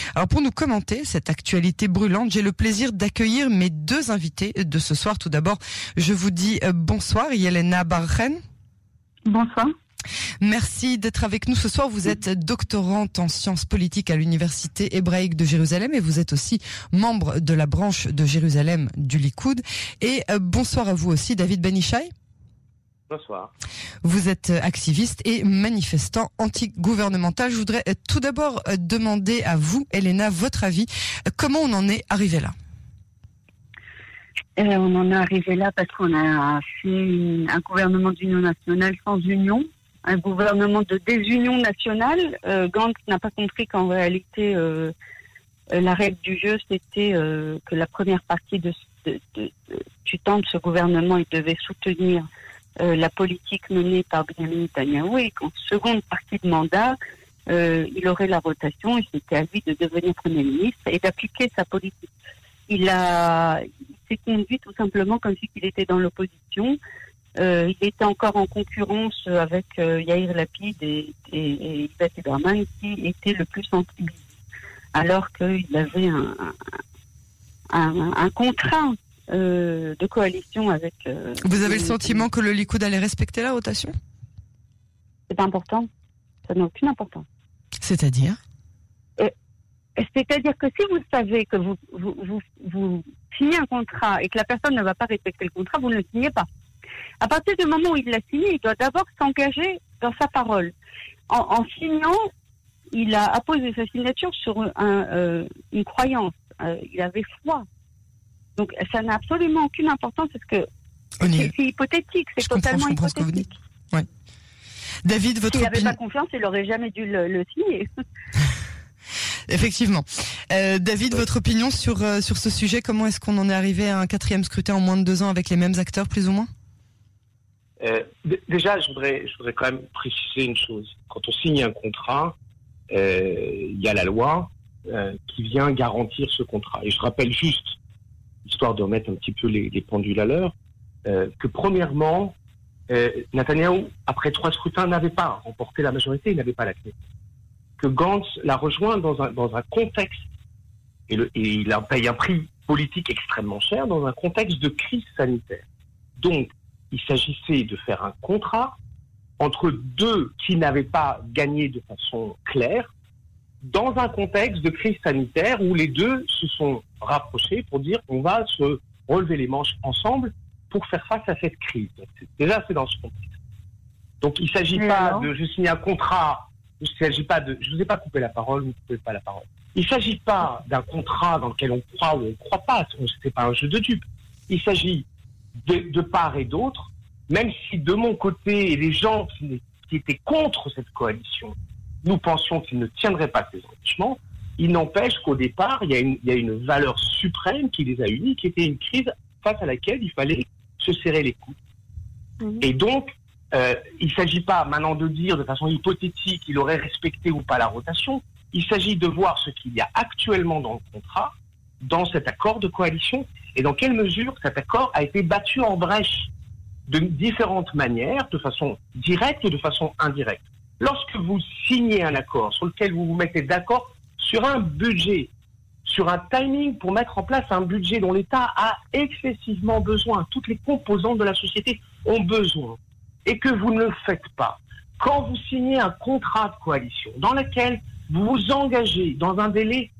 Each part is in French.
Alors pour nous commenter cette actualité brûlante, j'ai le plaisir d'accueillir mes deux invités de ce soir. Tout d'abord, je vous dis bonsoir, Yelena Barren. Bonsoir. Merci d'être avec nous ce soir. Vous êtes doctorante en sciences politiques à l'Université hébraïque de Jérusalem et vous êtes aussi membre de la branche de Jérusalem du Likoud. Et bonsoir à vous aussi, David Ben Ishai. Bonsoir. Vous êtes activiste et manifestant anti-gouvernemental. Je voudrais tout d'abord demander à vous, Yelena, votre avis. Comment on en est arrivé là ? On en est arrivé là parce qu'on a fait un gouvernement d'union nationale sans union, un gouvernement de désunion nationale. Gantz n'a pas compris qu'en réalité, la règle du jeu, c'était que la première partie du temps de ce gouvernement, il devait soutenir la politique menée par Benjamin Netanyahou et qu'en seconde partie de mandat, il aurait la rotation et c'était à lui de devenir Premier ministre et d'appliquer sa politique. Il s'est conduit tout simplement comme si il était dans l'opposition. Il était encore en concurrence avec Yair Lapid et Yvette Lieberman qui était le plus sensibilisé. Alors qu'il avait un contrat de coalition avec... Vous avez le sentiment que le Likoud allait respecter la rotation ? C'est pas important. Ça n'a aucune importance. C'est-à-dire ? C'est-à-dire que si vous savez que vous signez un contrat et que la personne ne va pas respecter le contrat, vous ne le signez pas. À partir du moment où il l'a signé, il doit d'abord s'engager dans sa parole. En signant, il a apposé sa signature sur une croyance. Il avait foi. Donc ça n'a absolument aucune importance parce que c'est hypothétique, c'est totalement hypothétique. Ce que vous dites. Ouais. David, votre opinion... S'il n'avait pas confiance, il n'aurait jamais dû le signer. Effectivement. David, votre opinion sur ce sujet, comment est-ce qu'on en est arrivé à un 4e scrutin en moins de 2 ans avec les mêmes acteurs, plus ou moins ? Déjà, je voudrais quand même préciser une chose. Quand on signe un contrat, il y a la loi qui vient garantir ce contrat. Et je rappelle juste, histoire de remettre un petit peu les pendules à l'heure, que premièrement, Netanyahou, après 3 scrutins, n'avait pas remporté la majorité, il n'avait pas la clé. Que Gantz l'a rejoint dans un contexte, et il en paye un prix politique extrêmement cher, dans un contexte de crise sanitaire. Donc, il s'agissait de faire un contrat entre deux qui n'avaient pas gagné de façon claire, dans un contexte de crise sanitaire où les deux se sont rapprochés pour dire on va se relever les manches ensemble pour faire face à cette crise. Donc, déjà, c'est dans ce contexte. Donc, il ne s'agit pas de... Je signe un contrat... Il ne s'agit pas de... Je ne vous ai pas coupé la parole, vous ne coupez pas la parole. Il ne s'agit pas d'un contrat dans lequel on croit ou on ne croit pas. Ce n'est pas un jeu de dupes. Il s'agit de part et d'autre, même si de mon côté, et les gens qui étaient contre cette coalition, nous pensions qu'ils ne tiendraient pas ces engagements, il n'empêche qu'au départ, il y a une valeur suprême qui les a unis, qui était une crise face à laquelle il fallait se serrer les coudes. Mmh. Et donc, il ne s'agit pas maintenant de dire de façon hypothétique qu'il aurait respecté ou pas la rotation. Il s'agit de voir ce qu'il y a actuellement dans le contrat, dans cet accord de coalition, et dans quelle mesure cet accord a été battu en brèche de différentes manières, de façon directe ou de façon indirecte. Lorsque vous signez un accord sur lequel vous vous mettez d'accord sur un budget, sur un timing pour mettre en place un budget dont l'État a excessivement besoin, toutes les composantes de la société ont besoin, et que vous ne le faites pas, quand vous signez un contrat de coalition dans lequel vous vous engagez dans un délai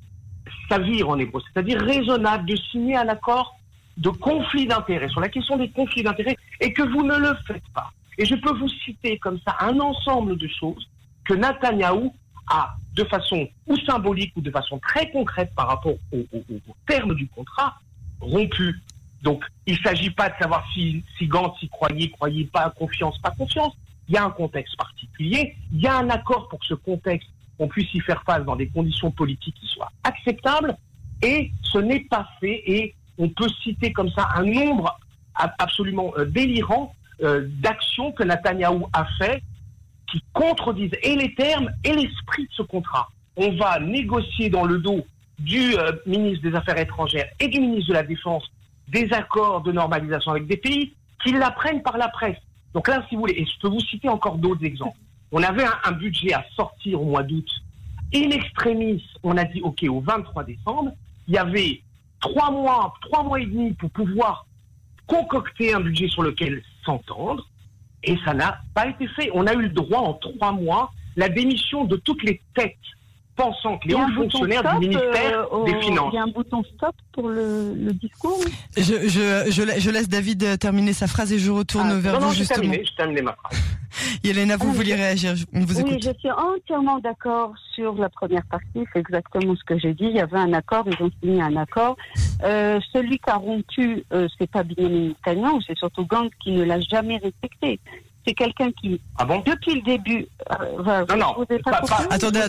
savir en hébreu, c'est-à-dire raisonnable, de signer un accord de conflit d'intérêts, sur la question des conflits d'intérêts, et que vous ne le faites pas. Et je peux vous citer comme ça un ensemble de choses que Netanyahou a, de façon ou symbolique ou de façon très concrète par rapport au terme du contrat, rompu. Donc, il ne s'agit pas de savoir si Gantz y croyait pas, confiance, pas confiance. Il y a un contexte particulier, il y a un accord pour que ce contexte, on puisse y faire face dans des conditions politiques qui soient acceptables, et ce n'est pas fait, et on peut citer comme ça un nombre absolument délirant d'actions que Netanyahou a fait qui contredisent et les termes et l'esprit de ce contrat. On va négocier dans le dos du ministre des Affaires étrangères et du ministre de la Défense des accords de normalisation avec des pays qui l'apprennent par la presse. Donc là, si vous voulez, et je peux vous citer encore d'autres exemples. On avait un budget à sortir au mois d'août in extremis, on a dit, OK, au 23 décembre, il y avait 3 mois et demi pour pouvoir concocter un budget sur lequel s'entendre, et ça n'a pas été fait. On a eu le droit en 3 mois, la démission de toutes les têtes pensantes, les hauts fonctionnaires du ministère des Finances. Il y a un bouton stop pour le discours. Je laisse David terminer sa phrase et je retourne vers vous justement. J'ai terminé ma phrase. Yelena, vous vouliez réagir, on vous écoute. Oui, je suis entièrement d'accord sur la première partie, c'est exactement ce que j'ai dit. Il y avait un accord, ils ont signé un accord. Celui qui a rompu, c'est pas Benjamin Netanyahu, c'est surtout Gantz qui ne l'a jamais respecté. C'est quelqu'un qui, depuis le début... Attendez.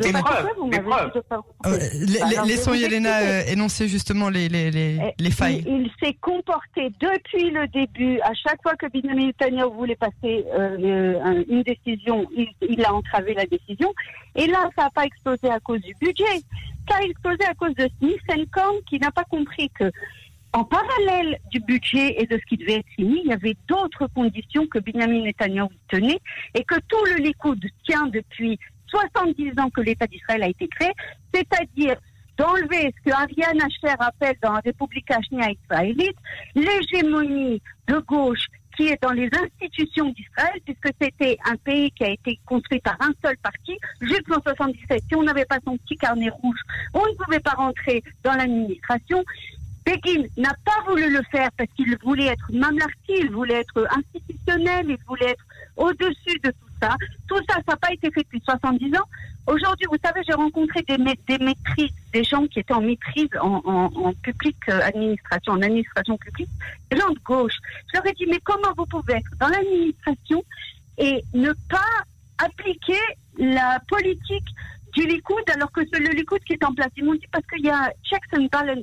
Laissons Yelena énoncer justement les failles. Il s'est comporté depuis le début, à chaque fois que Benjamin Netanyahu voulait passer une décision, il a entravé la décision. Et là, ça n'a pas explosé à cause du budget. Ça a explosé à cause de Smith & Korn qui n'a pas compris que en parallèle du budget et de ce qui devait être signé, il y avait d'autres conditions que Benjamin Netanyahu tenait et que tout le Likoud tient depuis 70 ans que l'État d'Israël a été créé, c'est-à-dire d'enlever ce que Ariane Asher appelle dans la République Ashnia israélite l'hégémonie de gauche qui est dans les institutions d'Israël, puisque c'était un pays qui a été construit par un seul parti, jusqu'en 77. Si on n'avait pas son petit carnet rouge, on ne pouvait pas rentrer dans l'administration. Begin n'a pas voulu le faire parce qu'il voulait être mamlarti, il voulait être institutionnel, il voulait être au-dessus de tout ça. Tout ça, ça n'a pas été fait depuis 70 ans. Aujourd'hui, vous savez, j'ai rencontré des maîtrises, des gens qui étaient en maîtrise en public administration, en administration publique, des gens de gauche. Je leur ai dit, mais comment vous pouvez être dans l'administration et ne pas appliquer la politique du Likoud alors que c'est le Likoud qui est en place? Ils m'ont dit parce qu'il y a checks and balances.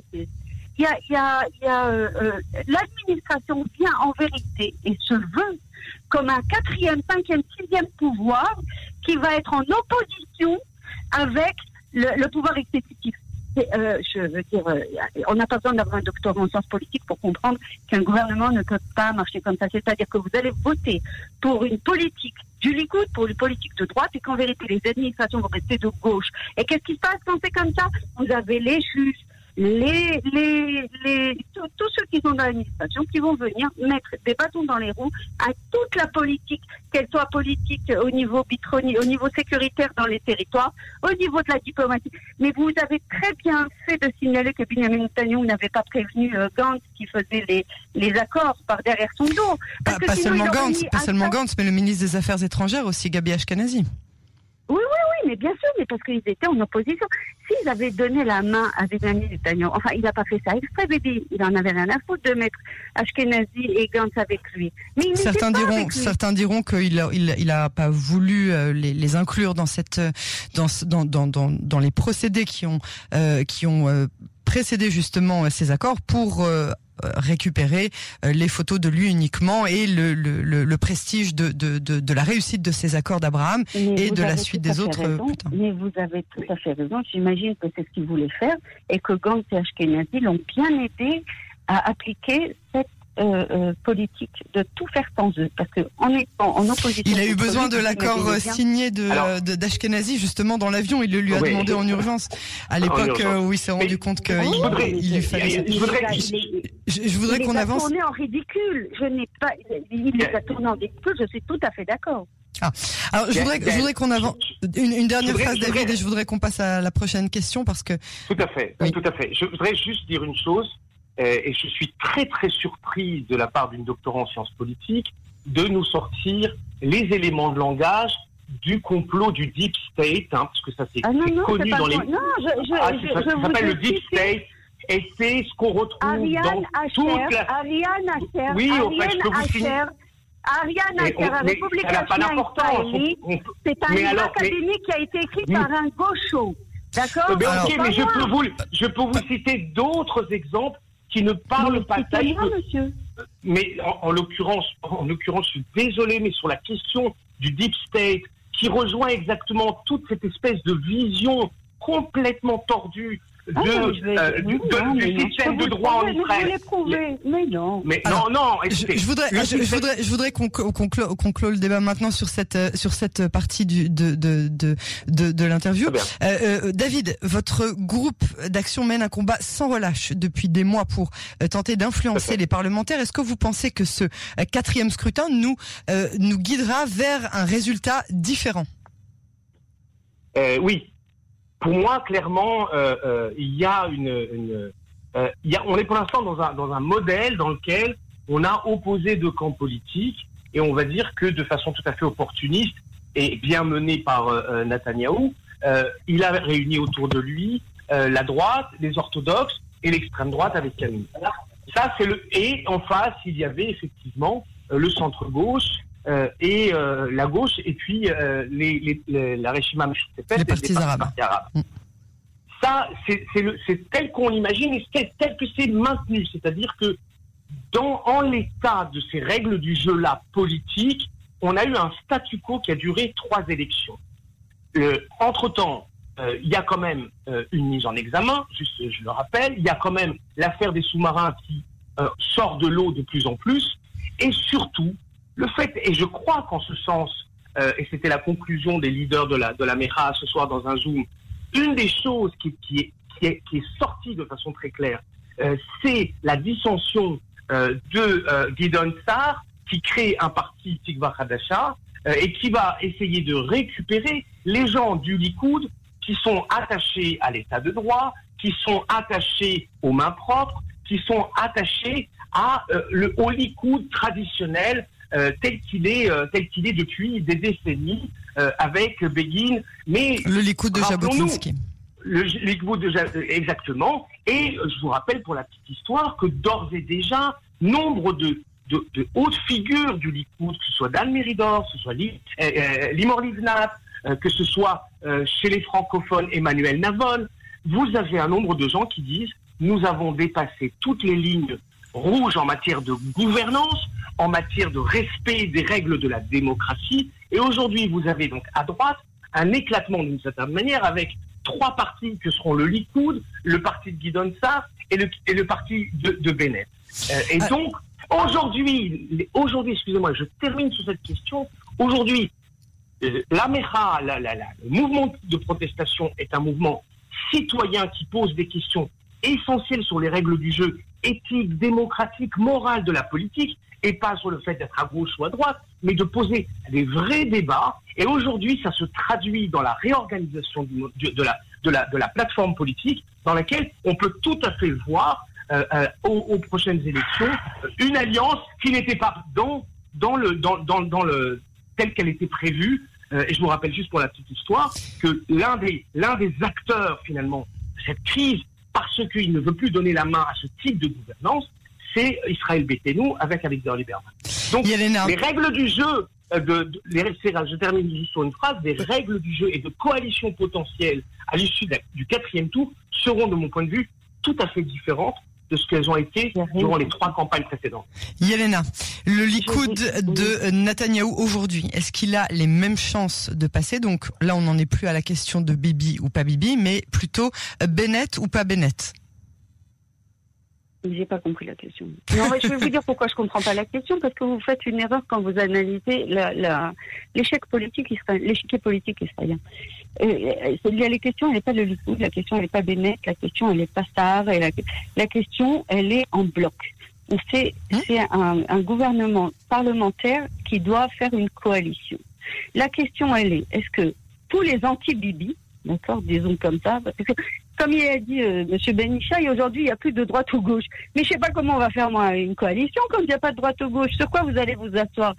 L'administration vient en vérité et se veut comme un 4e, 5e, 6e pouvoir qui va être en opposition avec le pouvoir exécutif. Je veux dire, on n'a pas besoin d'avoir un doctorat en sciences politiques pour comprendre qu'un gouvernement ne peut pas marcher comme ça. C'est-à-dire que vous allez voter pour une politique du Likoud, pour une politique de droite, et qu'en vérité, les administrations vont rester de gauche. Et qu'est-ce qui se passe quand c'est comme ça? Vous avez les juges, tous ceux qui sont dans l'administration qui vont venir mettre des bâtons dans les roues à toute la politique, qu'elle soit politique au niveau au niveau sécuritaire dans les territoires, au niveau de la diplomatie. Mais vous avez très bien fait de signaler que Benjamin Netanyahu n'avait pas prévenu Gantz qui faisait les accords par derrière son dos. Pas seulement Gantz, mais le ministre des Affaires étrangères aussi, Gabi Ashkenazi. Oui, mais bien sûr, mais parce qu'ils étaient en opposition. S'ils avaient donné la main à Benjamin Netanyahu, enfin, il n'a pas fait ça exprès, Bébi. Il en avait rien à foutre de mettre Ashkenazi et Gantz avec lui. Mais certains diront qu'il n'a pas voulu les inclure dans dans les procédés qui ont précédé justement ces accords pour récupérer les photos de lui uniquement et le prestige de la réussite de ces accords d'Abraham et de la suite des autres. Mais vous avez tout à fait raison. J'imagine que c'est ce qu'il voulait faire et que Gantz et Ashkenazi l'ont bien aidé à appliquer cette politique de tout faire sans eux, parce que en étant en opposition, il a eu besoin de l'accord signé d'Ashkenazi justement dans l'avion. Il le lui a demandé en urgence à l'époque où il s'est rendu compte qu'il lui fallait. Je voudrais qu'on avance. Il les a tournés en ridicule. Il les a tournés en ridicule. Je suis tout à fait d'accord. Alors je voudrais qu'on avance une dernière phrase, David, et je voudrais qu'on passe à la prochaine question parce que. Tout à fait. Je voudrais juste dire une chose. Et je suis très très surprise de la part d'une doctorante en sciences politiques de nous sortir les éléments de langage du complot du Deep State, parce que ça c'est connu dans les... ça s'appelle le Deep State, et c'est ce qu'on retrouve dans toute la... Ariane Asher, oui, Ariane Asher, la République israélienne, c'est un livre académique qui a été écrit par un gaucho, d'accord? Mais je peux vous citer d'autres exemples qui ne parlent pas monsieur. Mais en l'occurrence, je suis désolé, mais sur la question du Deep State, qui rejoint exactement toute cette espèce de vision complètement tordue du système de droit en Israël. Mais non. Mais alors, non. Écoutez, je voudrais qu'on clôt le débat maintenant sur cette partie de l'interview. David, votre groupe d'action mène un combat sans relâche depuis des mois pour tenter d'influencer les parlementaires. Est-ce que vous pensez que ce 4e scrutin nous guidera vers un résultat différent? Oui. Pour moi, clairement, il y a on est pour l'instant dans un modèle dans lequel on a opposé deux camps politiques, et on va dire que de façon tout à fait opportuniste et bien menée par Netanyahou, il a réuni autour de lui la droite, les orthodoxes et l'extrême droite avec Camille. Ça, et en face, il y avait effectivement le centre-gauche et la gauche, et puis la Réchima Meshutefet, les partis arabes. Ça, c'est tel qu'on l'imagine, et c'est tel que c'est maintenu. C'est-à-dire que en l'état de ces règles du jeu-là politiques, on a eu un statu quo qui a duré 3 élections. Entre-temps, il y a quand même une mise en examen, je le rappelle, il y a quand même l'affaire des sous-marins qui sort de l'eau de plus en plus, et surtout, le fait, et je crois qu'en ce sens, et c'était la conclusion des leaders de la Mecha ce soir dans un Zoom, une des choses qui est sortie de façon très claire, c'est la dissension de Gideon Sa'ar, qui crée un parti Tikva Hadasha, et qui va essayer de récupérer les gens du Likoud qui sont attachés à l'état de droit, qui sont attachés aux mains propres, qui sont attachés au Likoud traditionnel, tel qu'il est depuis des décennies, avec Begin. Mais le Likoud de Jabotinsky. Le Likoud exactement. Et je vous rappelle pour la petite histoire que d'ores et déjà, nombre de hautes figures du Likoud, que ce soit Dan Meridor, que ce soit Limor Livnat, que ce soit chez les francophones Emmanuel Navon, vous avez un nombre de gens qui disent « Nous avons dépassé toutes les lignes rouges en matière de gouvernance, en matière de respect des règles de la démocratie. » Et aujourd'hui, vous avez donc à droite un éclatement d'une certaine manière avec 3 partis que seront le Likoud, le parti de Gideon Sa'ar et le parti de Bennett. Et donc, aujourd'hui, excusez-moi, je termine sur cette question. Aujourd'hui, la Mecha, le mouvement de protestation est un mouvement citoyen qui pose des questions essentielles sur les règles du jeu éthique, démocratique, morale de la politique, et pas sur le fait d'être à gauche ou à droite, mais de poser des vrais débats. Et aujourd'hui, ça se traduit dans la réorganisation de la plateforme politique, dans laquelle on peut tout à fait voir aux prochaines élections une alliance qui n'était pas dans le tel qu'elle était prévue. Et je vous rappelle juste pour la petite histoire que l'un des acteurs finalement de cette crise, parce qu'il ne veut plus donner la main à ce type de gouvernance, c'est Israël Beiteinu avec Avigdor Lieberman. Donc les règles du jeu, je termine juste sur une phrase, des règles du jeu et de coalition potentielle à l'issue du 4e tour seront de mon point de vue tout à fait différentes de ce qu'elles ont été durant les 3 campagnes précédentes. Yelena, le Likoud de Netanyahou aujourd'hui, est-ce qu'il a les mêmes chances de passer? Donc là, on n'en est plus à la question de Bibi ou pas Bibi, mais plutôt Bennett ou pas Bennett. J'ai pas compris la question. Non, je vais vous dire pourquoi je comprends pas la question, parce que vous faites une erreur quand vous analysez l'échec politique israélien. Les questions, elle n'est pas le Likoud, la question, elle n'est pas Bennett, la question, elle n'est pas Sa'ar, et la question, elle est en bloc. C'est un gouvernement parlementaire qui doit faire une coalition. La question, elle est, est-ce que tous les anti-Bibi, d'accord, disons comme ça, parce que, comme il a dit M. Benichai, aujourd'hui, il n'y a plus de droite ou gauche. Mais je ne sais pas comment on va faire, moi, une coalition quand il n'y a pas de droite ou gauche. Sur quoi vous allez vous asseoir?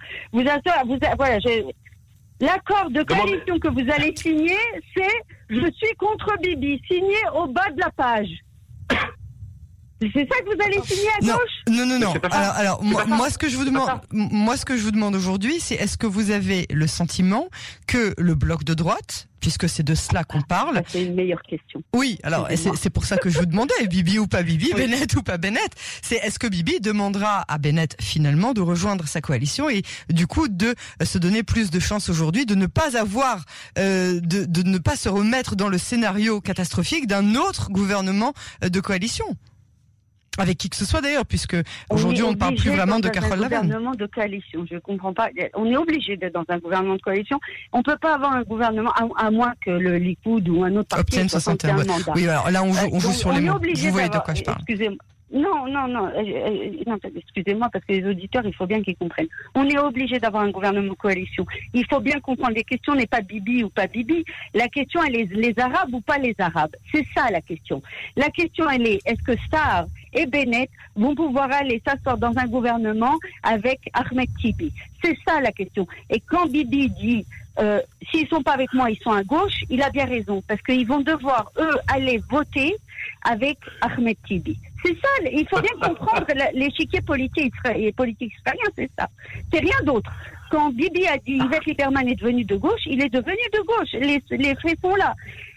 L'accord de coalition que vous allez signer, c'est « Je suis contre Bibi », signé au bas de la page. C'est ça que vous allez signer à gauche? Non. Alors moi, ce que je vous demande aujourd'hui, c'est est-ce que vous avez le sentiment que le bloc de droite, puisque c'est de cela qu'on parle. Ça, c'est une meilleure question. Oui, alors c'est pour ça que je vous demandais, Bibi ou pas Bibi, oui. Bennett ou pas Bennett, c'est est-ce que Bibi demandera à Bennett finalement de rejoindre sa coalition et du coup de se donner plus de chance aujourd'hui de ne pas avoir, de ne pas se remettre dans le scénario catastrophique d'un autre gouvernement de coalition. Avec qui que ce soit d'ailleurs, puisque aujourd'hui on ne parle plus vraiment de Carole Lavanne. Un gouvernement de coalition, je comprends pas. On est obligé d'être dans un gouvernement de coalition. On peut pas avoir un gouvernement à moins que le Likoud ou un autre parti obtienne 61 mandats. Oui, alors là on joue sur les mots. Vous voyez de quoi je parle. Excusez-moi. Non, excusez-moi, parce que les auditeurs, il faut bien qu'ils comprennent. On est obligé d'avoir un gouvernement de coalition. Il faut bien comprendre, les questions n'est pas Bibi ou pas Bibi. La question, elle est les Arabes ou pas les Arabes. C'est ça la question. La question, elle est, est-ce que Sarr et Bennett vont pouvoir aller s'asseoir dans un gouvernement avec Ahmed Tibi? C'est ça la question. Et quand Bibi dit s'ils sont pas avec moi, ils sont à gauche, il a bien raison, parce qu'ils vont devoir, eux, aller voter avec Ahmed Tibi. C'est ça, il faut bien comprendre l'échiquier politique israélien, c'est ça. C'est rien d'autre. Quand Bibi a dit Yvette Lieberman est devenu de gauche, il est devenu de gauche. Les faits sont là.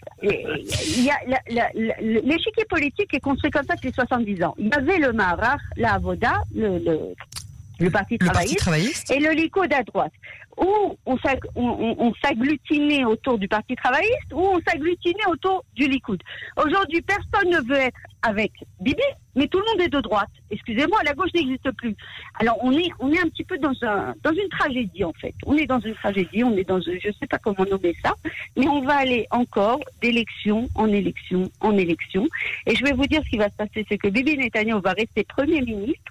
L'échiquier politique est construit comme ça depuis 70 ans. Il y avait le Maharach, la Avoda, le Parti travailliste et le Likoud à droite. Ou on s'agglutinait autour du Parti travailliste, ou on s'agglutinait autour du Likoud. Aujourd'hui, personne ne veut être avec Bibi, mais tout le monde est de droite. Excusez-moi, la gauche n'existe plus. Alors on est un petit peu dans une tragédie en fait. On est dans une tragédie, on est dans je sais pas comment nommer ça, mais on va aller encore d'élection en élection en élection. Et je vais vous dire ce qui va se passer, c'est que Bibi Netanyahu va rester Premier ministre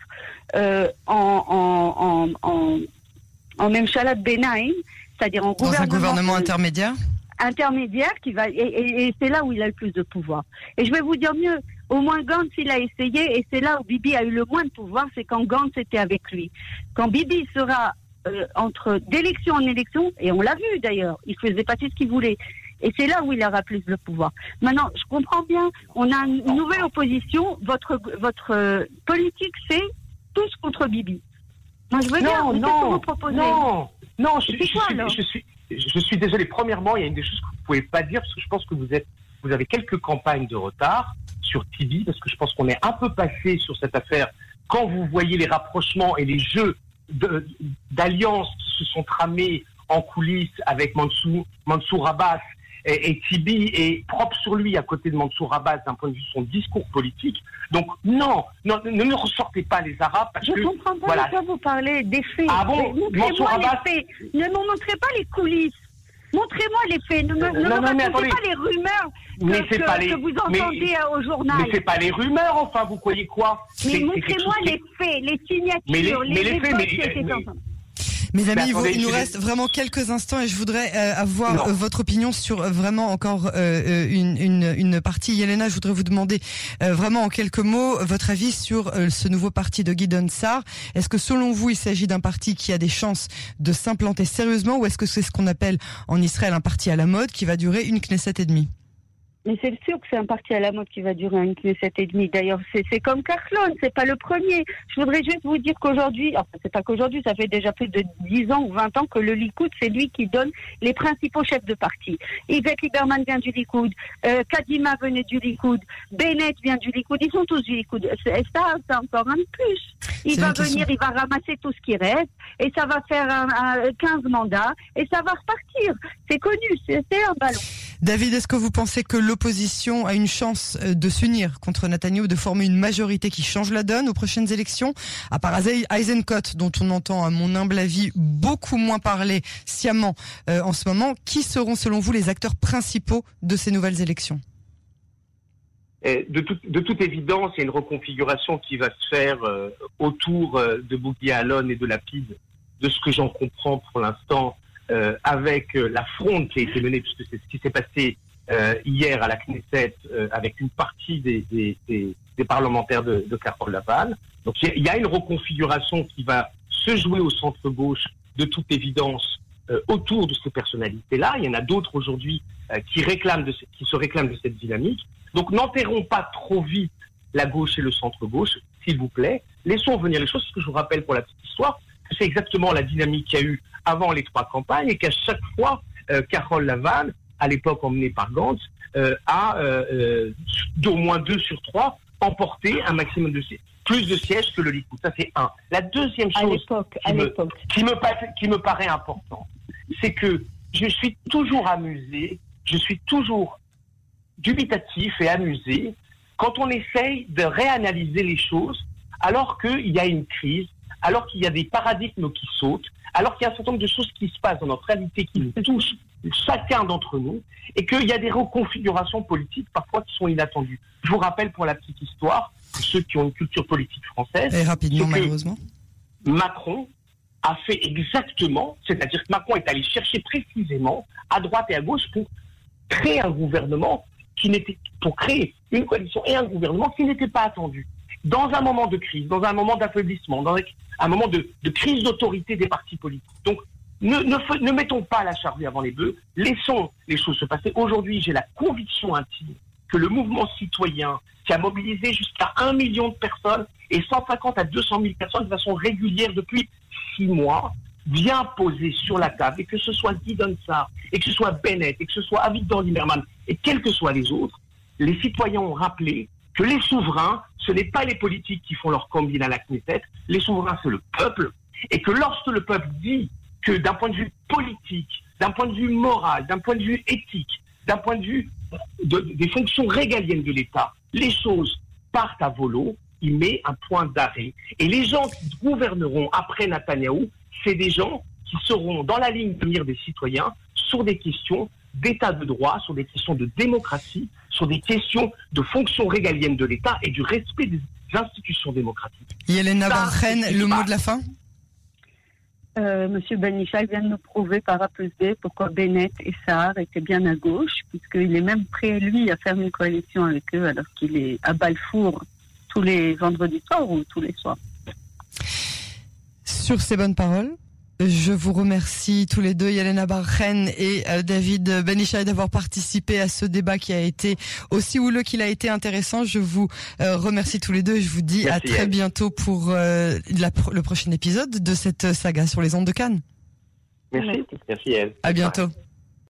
en même Shalat Benaim, c'est-à-dire en un gouvernement intermédiaire qui va et c'est là où il a le plus de pouvoir. Et je vais vous dire mieux, au moins Gantz il a essayé, et c'est là où Bibi a eu le moins de pouvoir, c'est quand Gantz était avec lui. Quand Bibi sera d'élection en élection, et on l'a vu d'ailleurs, il faisait passer ce qu'il voulait. Et c'est là où il aura plus de pouvoir. Maintenant, je comprends bien, on a une nouvelle opposition, votre politique c'est tous contre Bibi. Moi, je veux dire, je suis désolé. Premièrement, il y a une des choses que vous ne pouvez pas dire, parce que je pense que vous avez quelques campagnes de retard sur Tibi, parce que je pense qu'on est un peu passé sur cette affaire. Quand vous voyez les rapprochements et les jeux d'alliances qui se sont tramés en coulisses avec Mansour Abbas, et Tibi est propre sur lui à côté de Mansour Abbas d'un point de vue de son discours politique. Donc ne ressortez pas les Arabes parce que... Je comprends pas de quoi vous parlez, des faits. Ah bon, Montrez-moi les faits. Ne me montrez pas les coulisses. Montrez-moi les faits. Ne me racontez pas les rumeurs que vous entendez au journal. Mais c'est pas les rumeurs, enfin, vous croyez quoi? Mais montrez-moi les faits, les signatures, les faits qui étaient ensemble. Mes amis, il nous reste vraiment quelques instants et je voudrais avoir votre opinion sur vraiment encore une partie. Yelena, je voudrais vous demander vraiment en quelques mots votre avis sur ce nouveau parti de Gideon Sarr. Est-ce que selon vous, il s'agit d'un parti qui a des chances de s'implanter sérieusement, ou est-ce que c'est ce qu'on appelle en Israël un parti à la mode qui va durer une Knesset et demie? Mais c'est sûr que c'est un parti à la mode qui va durer une Knesset et demie. D'ailleurs, c'est comme Carlon, c'est pas le premier. Je voudrais juste vous dire qu'aujourd'hui, enfin, c'est pas qu'aujourd'hui, ça fait déjà plus de 10 ans ou 20 ans que le Likoud, c'est lui qui donne les principaux chefs de parti. Yvette Lieberman vient du Likoud, Kadima venait du Likoud, Bennett vient du Likoud, ils sont tous du Likoud. C'est encore un plus. Il va venir, il va ramasser tout ce qui reste, et ça va faire 15 mandats, et ça va repartir. C'est connu, c'est un ballon. David, est-ce que vous pensez que l'opposition a une chance de s'unir contre Netanyahou, de former une majorité qui change la donne aux prochaines élections? À part Eisenkot, dont on entend, à mon humble avis, beaucoup moins parler sciemment en ce moment, qui seront selon vous les acteurs principaux de ces nouvelles élections? De toute évidence, il y a une reconfiguration qui va se faire autour de Bougui Alon et de Lapid, de ce que j'en comprends pour l'instant, avec la fronde qui a été menée, puisque c'est ce qui s'est passé hier à la Knesset avec une partie des parlementaires de Carole Lavanne. Donc il y a une reconfiguration qui va se jouer au centre-gauche, de toute évidence, autour de ces personnalités-là. Il y en a d'autres aujourd'hui qui se réclament de cette dynamique. Donc n'enterrons pas trop vite la gauche et le centre-gauche, s'il vous plaît. Laissons venir les choses, parce que je vous rappelle pour la petite histoire, que c'est exactement la dynamique qu'il y a eu avant les 3 campagnes, et qu'à chaque fois, Carole Laval, à l'époque emmenée par Gantz, a d'au moins 2 sur 3 emporté un maximum de sièges, plus de sièges que le Likoud. Ça, c'est un. La deuxième chose qui me paraît importante, c'est que je suis toujours amusé, je suis toujours dubitatif et amusé quand on essaye de réanalyser les choses alors qu'il y a une crise, alors qu'il y a des paradigmes qui sautent, alors qu'il y a un certain nombre de choses qui se passent dans notre réalité qui nous touchent chacun d'entre nous, et qu'il y a des reconfigurations politiques parfois qui sont inattendues. Je vous rappelle pour la petite histoire, ceux qui ont une culture politique française, et rapidement malheureusement, Macron a fait exactement, c'est-à-dire que Macron est allé chercher précisément à droite et à gauche pour créer un gouvernement pour créer une coalition et un gouvernement qui n'était pas attendu. Dans un moment de crise, dans un moment d'affaiblissement, dans un moment de crise d'autorité des partis politiques. Donc, ne mettons pas la charrue avant les bœufs, laissons les choses se passer. Aujourd'hui, j'ai la conviction intime que le mouvement citoyen qui a mobilisé jusqu'à 1 million de personnes et 150 à 200 000 personnes de façon régulière depuis 6 mois, vient poser sur la table, et que ce soit Guy Donsart, et que ce soit Bennett, et que ce soit Avigdor Lieberman, et quels que soient les autres, les citoyens ont rappelé que les souverains, ce n'est pas les politiques qui font leur combine à la Knesset, les souverains c'est le peuple, et que lorsque le peuple dit que d'un point de vue politique, d'un point de vue moral, d'un point de vue éthique, d'un point de vue des fonctions régaliennes de l'État, les choses partent à volo, il met un point d'arrêt. Et les gens qui gouverneront après Netanyahou, c'est des gens qui seront dans la ligne de mire des citoyens sur des questions d'état de droit, sur des questions de démocratie, sur des questions de fonctions régaliennes de l'État et du respect des institutions démocratiques. Yelena Bar-Hen, le mot de la fin? Monsieur Ben Ishai vient de nous prouver par A plus B pourquoi Bennett et Sahar étaient bien à gauche, puisqu'il est même prêt, lui, à faire une coalition avec eux alors qu'il est à Balfour tous les vendredis soirs ou tous les soirs. Sur ces bonnes paroles, je vous remercie tous les deux, Yelena Bar-Hen et David Ben Ishai, d'avoir participé à ce débat qui a été aussi houleux qu'il a été intéressant. Je vous remercie tous les deux et je vous dis à très bientôt pour le prochain épisode de cette saga sur les ondes de Cannes. Merci. Merci, Elle. À bientôt.